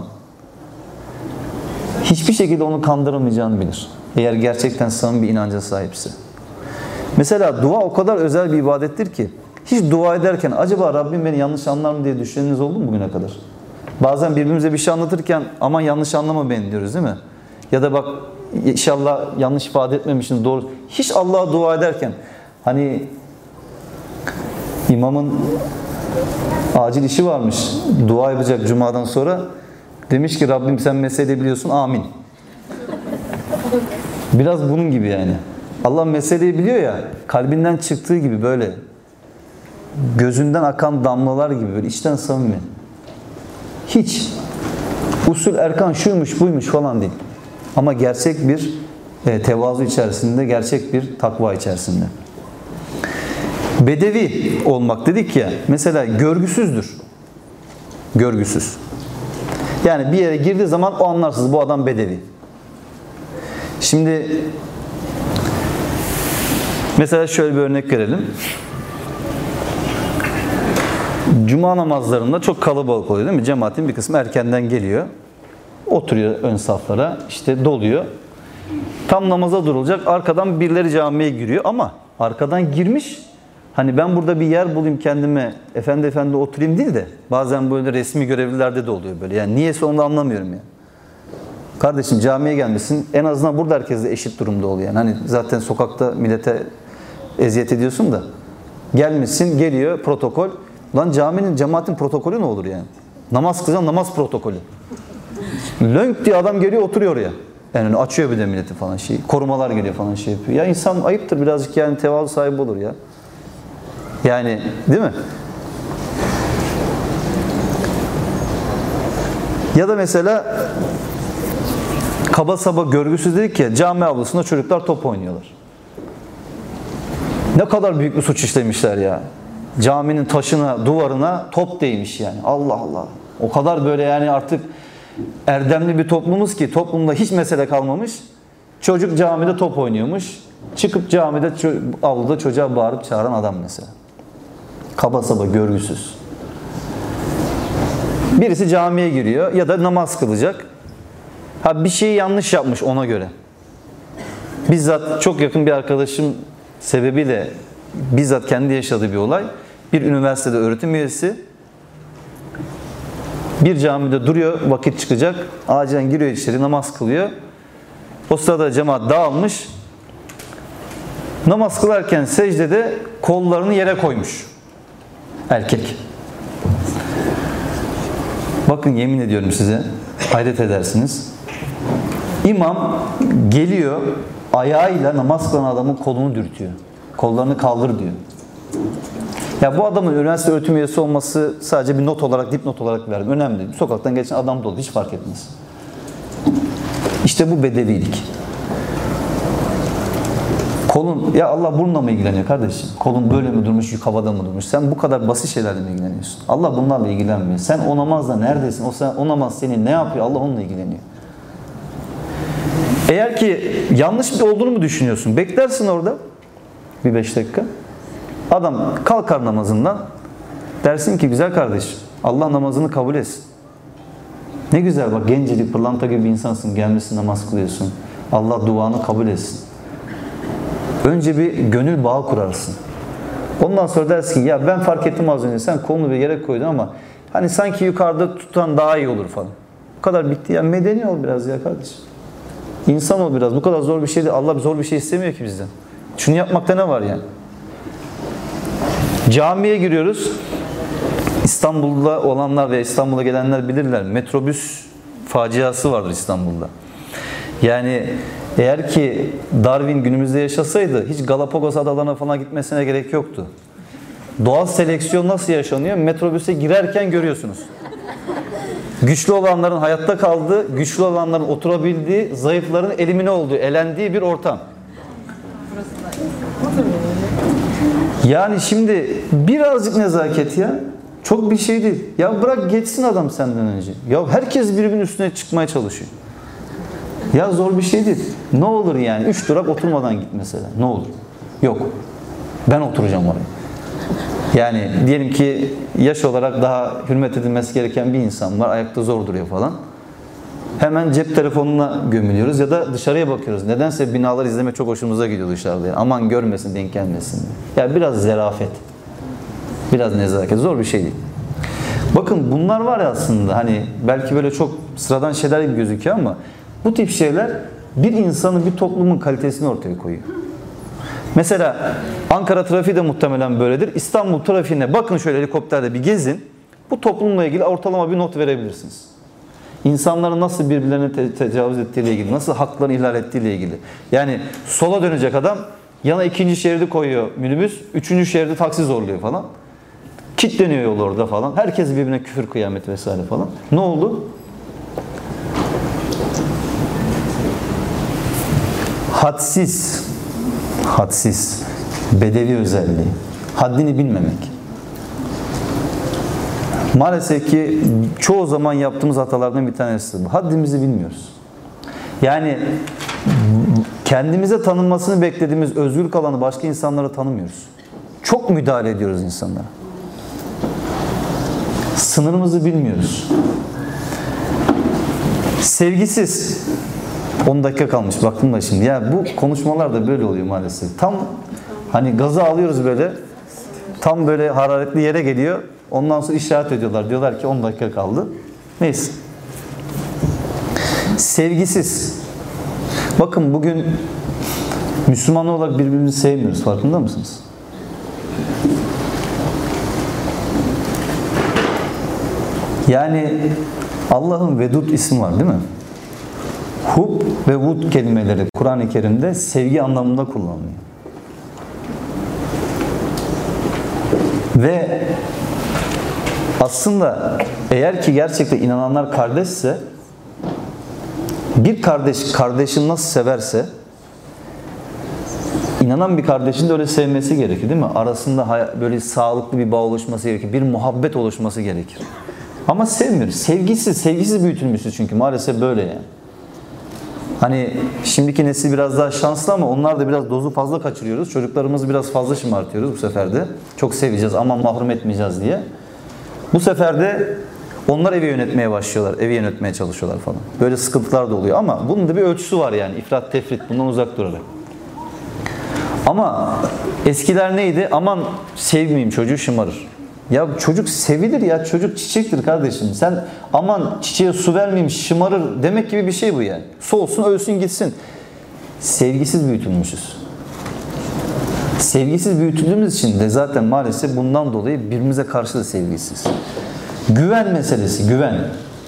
hiçbir şekilde onu kandıramayacağını bilir. Eğer gerçekten samimi bir inanca sahipse. Mesela dua o kadar özel bir ibadettir ki, hiç dua ederken acaba Rabbim beni yanlış anlar mı diye düşündüğünüz oldu mu bugüne kadar? Bazen birbirimize bir şey anlatırken aman yanlış anlama beni diyoruz değil mi? Ya da bak inşallah yanlış ifade etmemişim, doğru. Hiç Allah'a dua ederken, hani imamın acil işi varmış, dua yapacak cumadan sonra, demiş ki Rabbim sen meseleyi biliyorsun, amin. Biraz bunun gibi yani. Allah meseleyi biliyor ya, kalbinden çıktığı gibi böyle, gözünden akan damlalar gibi böyle içten samimi. Hiç usul erkan şuymuş buymuş falan değil. Ama gerçek bir tevazu içerisinde, gerçek bir takva içerisinde. Bedevi olmak dedik ya, mesela görgüsüzdür. Görgüsüz. Yani bir yere girdiği zaman o anlarsınız, bu adam bedevi. Şimdi mesela şöyle bir örnek verelim. Cuma namazlarında çok kalabalık oluyor değil mi? Cemaatin bir kısmı erkenden geliyor. Oturuyor ön saflara, işte doluyor. Tam namaza durulacak, arkadan birileri camiye giriyor ama arkadan girmiş. Hani ben burada bir yer bulayım kendime, efendi oturayım değil de bazen böyle resmi görevlilerde de oluyor böyle. Yani niyeyse onu da anlamıyorum ya. Kardeşim camiye gelmişsin, en azından burada herkes de eşit durumda oluyor. Yani hani zaten sokakta millete eziyet ediyorsun da. Gelmişsin, geliyor protokol. Lan cemaatin protokolü ne olur yani? Namaz kılacağım, namaz protokolü. Lönk diye adam geliyor, oturuyor oraya. Yani açıyor bir de milleti falan şey. Korumalar geliyor falan şey yapıyor. Ya insan ayıptır birazcık, yani tevazu sahibi olur ya. Yani değil mi? Ya da mesela kaba saba görgüsüz dedik ya, cami avlusunda çocuklar top oynuyorlar. Ne kadar büyük bir suç işlemişler ya. Caminin taşına, duvarına top değmiş yani. Allah Allah. O kadar böyle yani artık erdemli bir toplumuz ki toplumda hiç mesele kalmamış. Çocuk camide top oynuyormuş. Çıkıp camide avluda çocuğa bağırıp çağıran adam mesela. Kaba saba, görgüsüz. Birisi camiye giriyor ya da namaz kılacak. Ha bir şeyi yanlış yapmış ona göre. Bizzat çok yakın bir arkadaşım sebebiyle bizzat kendi yaşadığı bir olay. Bir üniversitede öğretim üyesi bir camide duruyor, vakit çıkacak. Acilen giriyor içeri, namaz kılıyor. O sırada cemaat dağılmış. Namaz kılarken secdede kollarını yere koymuş. Erkek. Bakın yemin ediyorum size, hayret edersiniz. İmam geliyor, ayağıyla namaz kılan adamın kolunu dürtüyor. Kollarını kaldır diyor. Ya bu adamın üniversite öğretim üyesi olması sadece bir not olarak, dipnot olarak verdim. Önemli değil. Sokaktan geçen adam da olur. Hiç fark etmez. İşte bu bedevilik. Kolun, ya Allah bununla mı ilgileniyor kardeşim? Kolun böyle mi durmuş, yük havada mı durmuş? Sen bu kadar basit şeylerle mi ilgileniyorsun? Allah bunlarla ilgilenmiyor. Sen o namazda neredesin? O namaz senin ne yapıyor? Allah onunla ilgileniyor. Eğer ki yanlış bir olduğunu mu düşünüyorsun? Beklersin orada bir 5 dakika. Adam kalkar namazından, dersin ki güzel kardeşim, Allah namazını kabul etsin. Ne güzel bak, gencecik pırlanta gibi bir insansın, gelmişsin namaz kılıyorsun. Allah duanı kabul etsin. Önce bir gönül bağı kurarsın. Ondan sonra dersin ki ya ben fark ettim az önce, sen kolunu bir yere koydun ama hani sanki yukarıda tutan daha iyi olur falan. Bu kadar bitti ya, medeni ol biraz ya kardeşim. İnsan ol biraz, bu kadar zor bir şey değil. Allah zor bir şey istemiyor ki bizden. Şunu yapmakta ne var yani? Camiye giriyoruz. İstanbul'da olanlar ve İstanbul'a gelenler bilirler. Metrobüs faciası vardır İstanbul'da. Yani eğer ki Darwin günümüzde yaşasaydı hiç Galapagos adalarına falan gitmesine gerek yoktu. Doğal seleksiyon nasıl yaşanıyor? Metrobüse girerken görüyorsunuz. Güçlü olanların hayatta kaldığı, güçlü olanların oturabildiği, zayıfların elimine olduğu, elendiği bir ortam. Yani şimdi birazcık nezaket ya. Çok bir şey değil. Ya bırak geçsin adam senden önce. Ya herkes birbirinin üstüne çıkmaya çalışıyor. Ya zor bir şey değil. Ne olur yani 3 durak oturmadan git mesela. Ne olur? Yok. Ben oturacağım oraya. Yani diyelim ki yaş olarak daha hürmet edilmesi gereken bir insan var. Ayakta zor duruyor falan. Hemen cep telefonuna gömülüyoruz ya da dışarıya bakıyoruz. Nedense binalar izlemek çok hoşumuza gidiyor dışarıda. Yani. Aman görmesin, denk gelmesin. Ya biraz zerafet. Biraz nezaket. Zor bir şey değil. Bakın bunlar var ya aslında, hani belki böyle çok sıradan şeyler gibi gözüküyor ama bu tip şeyler bir insanın, bir toplumun kalitesini ortaya koyuyor. Mesela Ankara trafiği de muhtemelen böyledir. İstanbul trafiğine bakın, şöyle helikopterde bir gezin. Bu toplumla ilgili ortalama bir not verebilirsiniz. İnsanların nasıl birbirlerine tecavüz ettiğiyle ilgili, nasıl haklarını ihlal ettiğiyle ilgili. Yani sola dönecek adam, yana ikinci şeridi koyuyor minibüs, üçüncü şeridi taksi zorluyor falan. Kitleniyor yol orada falan. Herkes birbirine küfür, kıyamet vesaire falan. Ne oldu? Hadsiz, bedevi özelliği, haddini bilmemek. Maalesef ki çoğu zaman yaptığımız hatalardan bir tanesi bu. Haddimizi bilmiyoruz. Yani kendimize tanınmasını beklediğimiz özgürlük alanı başka insanlara tanımıyoruz. Çok müdahale ediyoruz insanlara. Sınırımızı bilmiyoruz. Sevgisiz. 10 dakika kalmış baktım da şimdi. Ya bu konuşmalar da böyle oluyor maalesef. Tam hani gazı alıyoruz böyle. Tam böyle hararetli yere geliyor. Ondan sonra işaret ediyorlar. Diyorlar ki 10 dakika kaldı. Neyse. Sevgisiz. Bakın bugün Müslüman olarak birbirimizi sevmiyoruz. Farkında mısınız? Yani Allah'ın Vedud ismi var değil mi? Hub ve Vud kelimeleri Kur'an-ı Kerim'de sevgi anlamında kullanılıyor. Ve aslında eğer ki gerçekten inananlar kardeşse, bir kardeş kardeşini nasıl severse, inanan bir kardeşin de öyle sevmesi gerekir değil mi? Arasında böyle sağlıklı bir bağ oluşması gerekir. Bir muhabbet oluşması gerekir. Ama sevmiyoruz. Sevgisiz büyütülmüşüz çünkü maalesef böyle yani. Hani şimdiki nesil biraz daha şanslı ama onlar da biraz dozu fazla kaçırıyoruz. Çocuklarımızı biraz fazla şımartıyoruz bu sefer de. Çok seveceğiz, aman mahrum etmeyeceğiz diye. Bu sefer de onlar evi yönetmeye başlıyorlar. Evi yönetmeye çalışıyorlar falan. Böyle sıkıntılar da oluyor ama bunun da bir ölçüsü var yani. İfrat, tefrit, bundan uzak durarak. Ama eskiler neydi? Aman sevmeyeyim, çocuğu şımarır. Ya çocuk sevilir ya. Çocuk çiçektir kardeşim. Sen aman çiçeğe su vermeyeyim şımarır demek gibi bir şey bu yani. Soğusun, ölsün, gitsin. Sevgisiz büyütülmüşüz. Sevgisiz büyütüldüğümüz için de zaten maalesef bundan dolayı birbirimize karşı da sevgisiz. Güven meselesi, güven.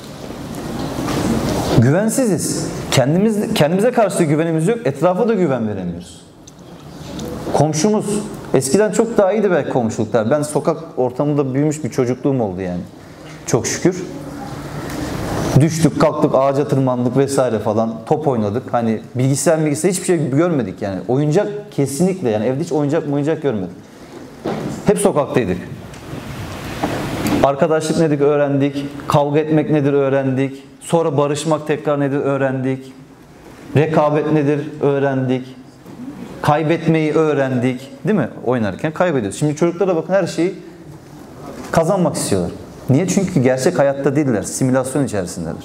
Güvensiziz. Kendimize karşı da güvenimiz yok. Etrafa da güven veremiyoruz. Komşumuz, Eskiden çok daha iyiydi belki komşuluklar. Ben sokak ortamında büyümüş bir çocukluğum oldu yani. Çok şükür. Düştük, kalktık, ağaca tırmandık vesaire falan. Top oynadık. Hani bilgisayar hiçbir şey görmedik yani. Oyuncak kesinlikle yani evde hiç oyuncak görmedik. Hep sokaktaydık. Arkadaşlık nedir öğrendik. Kavga etmek nedir öğrendik. Sonra barışmak tekrar nedir öğrendik. Rekabet nedir öğrendik. Kaybetmeyi öğrendik. Değil mi? Oynarken kaybediyoruz. Şimdi çocuklara bakın her şeyi kazanmak istiyorlar. Niye? Çünkü gerçek hayatta değiller. Simülasyon içerisindeler.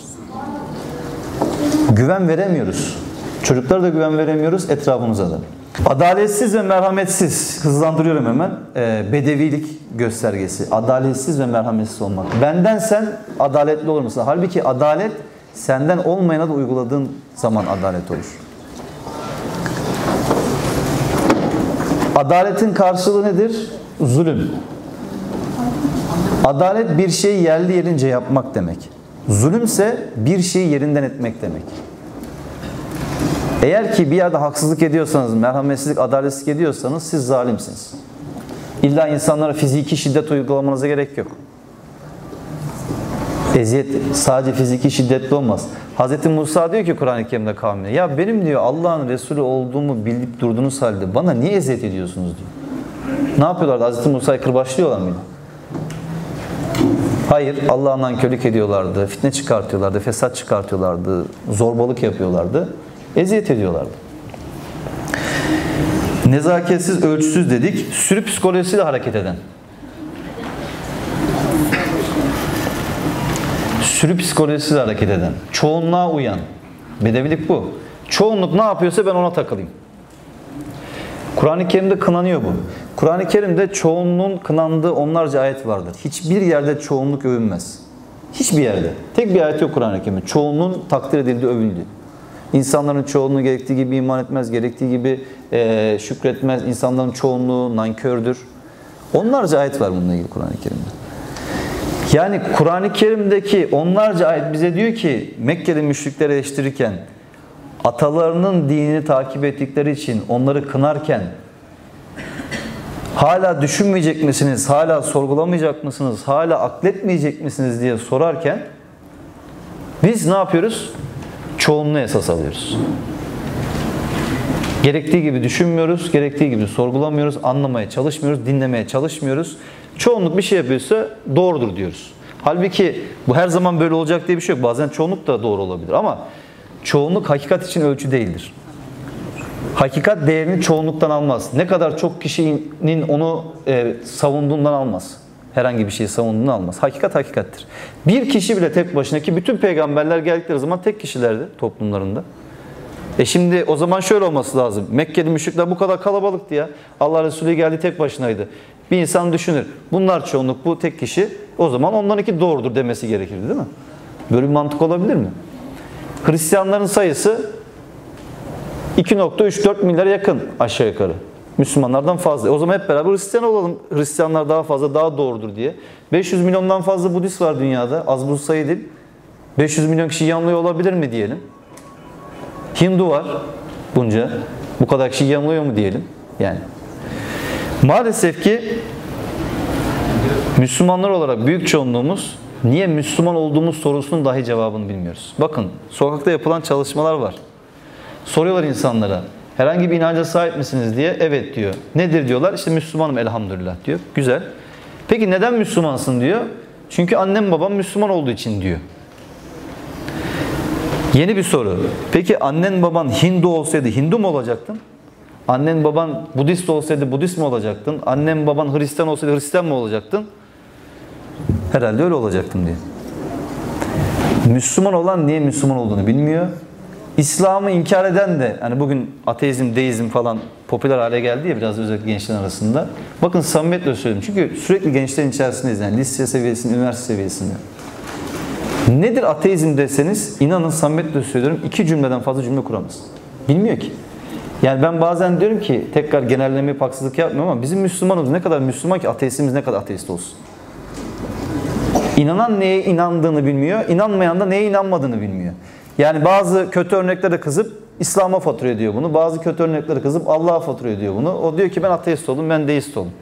Güven veremiyoruz. Çocuklara da güven veremiyoruz, etrafımıza da. Adaletsiz ve merhametsiz. Hızlandırıyorum hemen. Bedevilik göstergesi. Adaletsiz ve merhametsiz olmak. Benden sen adaletli olur musun? Halbuki adalet senden olmayana da uyguladığın zaman adalet olur. Adaletin karşılığı nedir? Zulüm. Adalet bir şeyi yerli yerince yapmak demek. Zulümse bir şeyi yerinden etmek demek. Eğer ki bir yerde haksızlık ediyorsanız, merhametsizlik, adaletsizlik ediyorsanız siz zalimsiniz. İlla insanlara fiziki şiddet uygulamanıza gerek yok. Eziyet sadece fiziki şiddetli olmaz. Hz. Musa diyor ki Kur'an-ı Kerim'de kavmine, ya benim diyor Allah'ın Resulü olduğumu bilip durduğunuz halde bana niye eziyet ediyorsunuz diyor. Ne yapıyorlardı? Hz. Musa'yı kırbaçlıyorlar mıydı? Hayır, Allah'a nankörlük ediyorlardı, fitne çıkartıyorlardı, fesat çıkartıyorlardı, zorbalık yapıyorlardı, eziyet ediyorlardı. Nezaketsiz, ölçüsüz dedik, sürü psikolojisiyle hareket eden. Sürü psikolojisiyle hareket eden, çoğunluğa uyan. Bedevilik bu. Çoğunluk ne yapıyorsa ben ona takılayım. Kur'an-ı Kerim'de kınanıyor bu. Kur'an-ı Kerim'de çoğunluğun kınandığı onlarca ayet vardır. Hiçbir yerde çoğunluk övünmez. Hiçbir yerde. Tek bir ayet yok Kur'an-ı Kerim'de. Çoğunluğun takdir edildiği, övüldüğü. İnsanların çoğunluğu gerektiği gibi iman etmez, gerektiği gibi şükretmez. İnsanların çoğunluğu nankördür. Onlarca ayet var bununla ilgili Kur'an-ı Kerim'de. Yani Kur'an-ı Kerim'deki onlarca ayet bize diyor ki Mekke'de müşrikleri eleştirirken atalarının dinini takip ettikleri için onları kınarken hala düşünmeyecek misiniz, hala sorgulamayacak mısınız, hala akletmeyecek misiniz diye sorarken biz ne yapıyoruz? Çoğunluğu esas alıyoruz. Gerektiği gibi düşünmüyoruz, gerektiği gibi sorgulamıyoruz, anlamaya çalışmıyoruz, dinlemeye çalışmıyoruz. Çoğunluk bir şey yapıyorsa doğrudur diyoruz. Halbuki bu her zaman böyle olacak diye bir şey yok. Bazen çoğunluk da doğru olabilir ama çoğunluk hakikat için ölçü değildir. Hakikat değerini çoğunluktan almaz. Ne kadar çok kişinin onu savunduğundan almaz. Herhangi bir şeyi savunduğundan almaz. Hakikat hakikattir. Bir kişi bile tek başına, ki bütün peygamberler geldikleri zaman tek kişilerdi toplumlarında. Şimdi o zaman şöyle olması lazım. Mekke'de müşrikler bu kadar kalabalıktı ya. Allah Resulü geldi tek başınaydı. Bir insan düşünür. Bunlar çoğunluk, bu tek kişi. O zaman onlarınki doğrudur demesi gerekirdi değil mi? Böyle bir mantık olabilir mi? Hristiyanların sayısı 2,34 milyara yakın aşağı yukarı. Müslümanlardan fazla. O zaman hep beraber Hristiyan olalım. Hristiyanlar daha fazla, daha doğrudur diye. 500 milyondan fazla Budist var dünyada. Az bu sayı değil. 500 milyon kişi yanılıyor olabilir mi diyelim. Hindu var bunca. Bu kadar kişi yanılıyor mu diyelim. Yani. Maalesef ki Müslümanlar olarak büyük çoğunluğumuz niye Müslüman olduğumuz sorusunun dahi cevabını bilmiyoruz. Bakın sokakta yapılan çalışmalar var. Soruyorlar insanlara, herhangi bir inanca sahip misiniz diye. Evet diyor. Nedir diyorlar? İşte Müslümanım elhamdülillah diyor. Güzel. Peki neden Müslümansın diyor. Çünkü annem babam Müslüman olduğu için diyor. Yeni bir soru. Peki annen baban Hindu olsaydı Hindu mu olacaktın? Annen baban Budist olsaydı Budist mi olacaktın? Annen baban Hristiyan olsaydı Hristiyan mı olacaktın? Herhalde öyle olacaktım diye. Müslüman olan niye Müslüman olduğunu bilmiyor. İslam'ı inkar eden de, hani bugün ateizm, deizm falan popüler hale geldi ya biraz özellikle gençlerin arasında. Bakın samimiyetle söylüyorum. Çünkü sürekli gençlerin içerisindeyiz. Yani lise seviyesinde, üniversite seviyesinde. Nedir ateizm deseniz inanın samimiyetle söylüyorum 2 cümleden fazla cümle kuramaz. Bilmiyor ki. Yani ben bazen diyorum ki tekrar genellemeye haksızlık yapmıyorum ama bizim Müslümanımız ne kadar Müslüman ki ateistimiz ne kadar ateist olsun. İnanan neye inandığını bilmiyor, inanmayan da neye inanmadığını bilmiyor. Yani bazı kötü örneklere kızıp İslam'a fatura ediyor bunu. Bazı kötü örnekleri kızıp Allah'a fatura ediyor bunu. O diyor ki ben ateist oldum, ben deist oldum.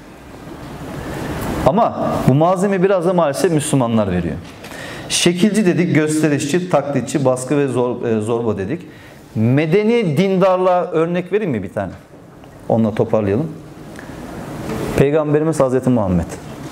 Ama bu malzeme biraz da maalesef Müslümanlar veriyor. Şekilci dedik, gösterişçi, taklitçi, baskı ve zorba dedik. Medeni dindarlığa örnek vereyim mi bir tane? Onunla toparlayalım. Peygamberimiz Hazreti Muhammed.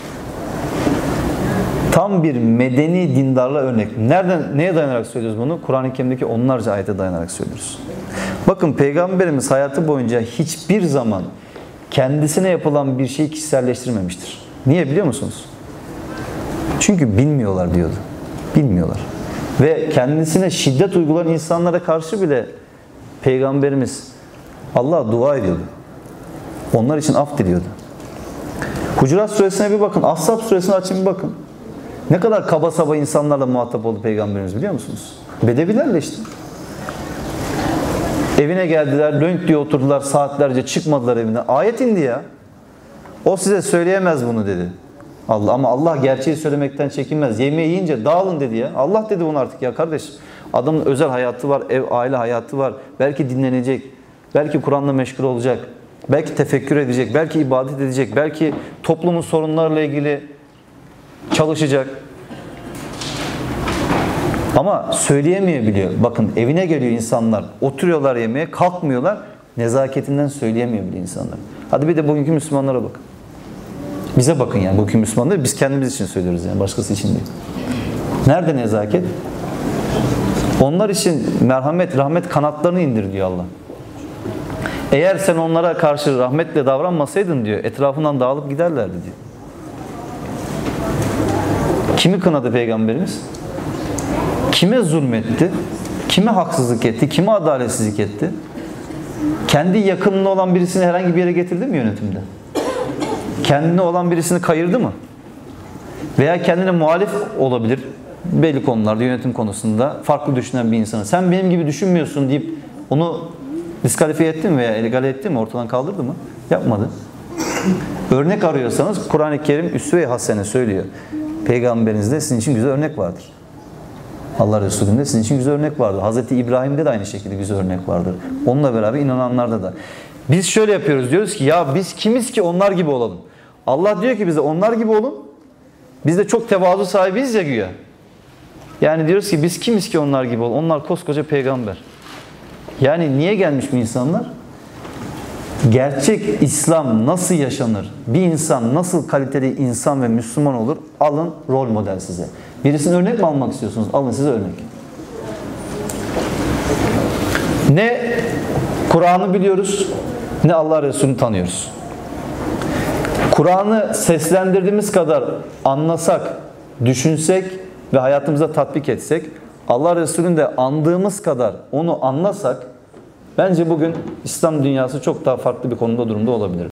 Tam bir medeni dindarlığa örnek. Neye dayanarak söylüyoruz bunu? Kur'an-ı Kerim'deki onlarca ayete dayanarak söylüyoruz. Bakın Peygamberimiz hayatı boyunca hiçbir zaman kendisine yapılan bir şeyi kişiselleştirmemiştir. Niye biliyor musunuz? Çünkü bilmiyorlar diyordu. Bilmiyorlar. Ve kendisine şiddet uygulayan insanlara karşı bile Peygamberimiz Allah'a dua ediyordu. Onlar için af diliyordu. Hucurat suresine bir bakın. Ashab suresine açın bir bakın. Ne kadar kaba saba insanlarla muhatap oldu Peygamberimiz biliyor musunuz? Bedevilerle işte. Evine geldiler, lönk diye oturdular saatlerce, çıkmadılar evinden. Ayet indi ya. O size söyleyemez bunu dedi. Allah, ama Allah gerçeği söylemekten çekinmez. Yemeği yiyince dağılın dedi ya. Allah dedi bunu artık ya kardeş. Adamın özel hayatı var, ev, aile hayatı var. Belki dinlenecek, belki Kur'an'la meşgul olacak, belki tefekkür edecek, belki ibadet edecek, belki toplumun sorunlarıyla ilgili çalışacak. Ama söyleyemeyebiliyor. Bakın evine geliyor insanlar, oturuyorlar yemeğe, kalkmıyorlar. Nezaketinden söyleyemeyebiliyor insanlar. Hadi bir de bugünkü Müslümanlara bakın. Bize bakın yani bugünkü Müslümanlar, biz kendimiz için söylüyoruz yani başkası için değil. Nerede nezaket? Onlar için merhamet, rahmet kanatlarını indir diyor Allah. Eğer sen onlara karşı rahmetle davranmasaydın diyor, etrafından dağılıp giderlerdi diyor. Kimi kınadı Peygamberimiz? Kime zulmetti? Kime haksızlık etti? Kime adaletsizlik etti? Kendi yakınına olan birisini herhangi bir yere getirdi mi yönetimde? Kendine olan birisini kayırdı mı? Veya kendine muhalif olabilir belli konularda, yönetim konusunda farklı düşünen bir insanı. Sen benim gibi düşünmüyorsun deyip onu diskalifiye etti mi veya egale etti mi? Ortadan kaldırdı mı? Yapmadı. Örnek arıyorsanız Kur'an-ı Kerim üsve-i hasene söylüyor. Peygamberinizde sizin için güzel örnek vardır. Allah Resulü'nde sizin için güzel örnek vardır. Hazreti İbrahim'de de aynı şekilde güzel örnek vardır. Onunla beraber inananlarda da. Biz şöyle yapıyoruz, diyoruz ki ya biz kimiz ki onlar gibi olalım. Allah diyor ki bize onlar gibi olun. Biz de çok tevazu sahibiyiz ya güya. Yani diyoruz ki biz kimiz ki onlar gibi olun. Onlar koskoca peygamber. Yani niye gelmiş bu insanlar? Gerçek İslam nasıl yaşanır? Bir insan nasıl kaliteli insan ve Müslüman olur? Alın rol model size. Birisini örnek mi almak istiyorsunuz? Alın size örnek. Ne Kur'an'ı biliyoruz, ne Allah Resulü'nü tanıyoruz. Kur'an'ı seslendirdiğimiz kadar anlasak, düşünsek ve hayatımıza tatbik etsek, Allah Resulü'nü de andığımız kadar onu anlasak, bence bugün İslam dünyası çok daha farklı bir konumda durumda olabilir.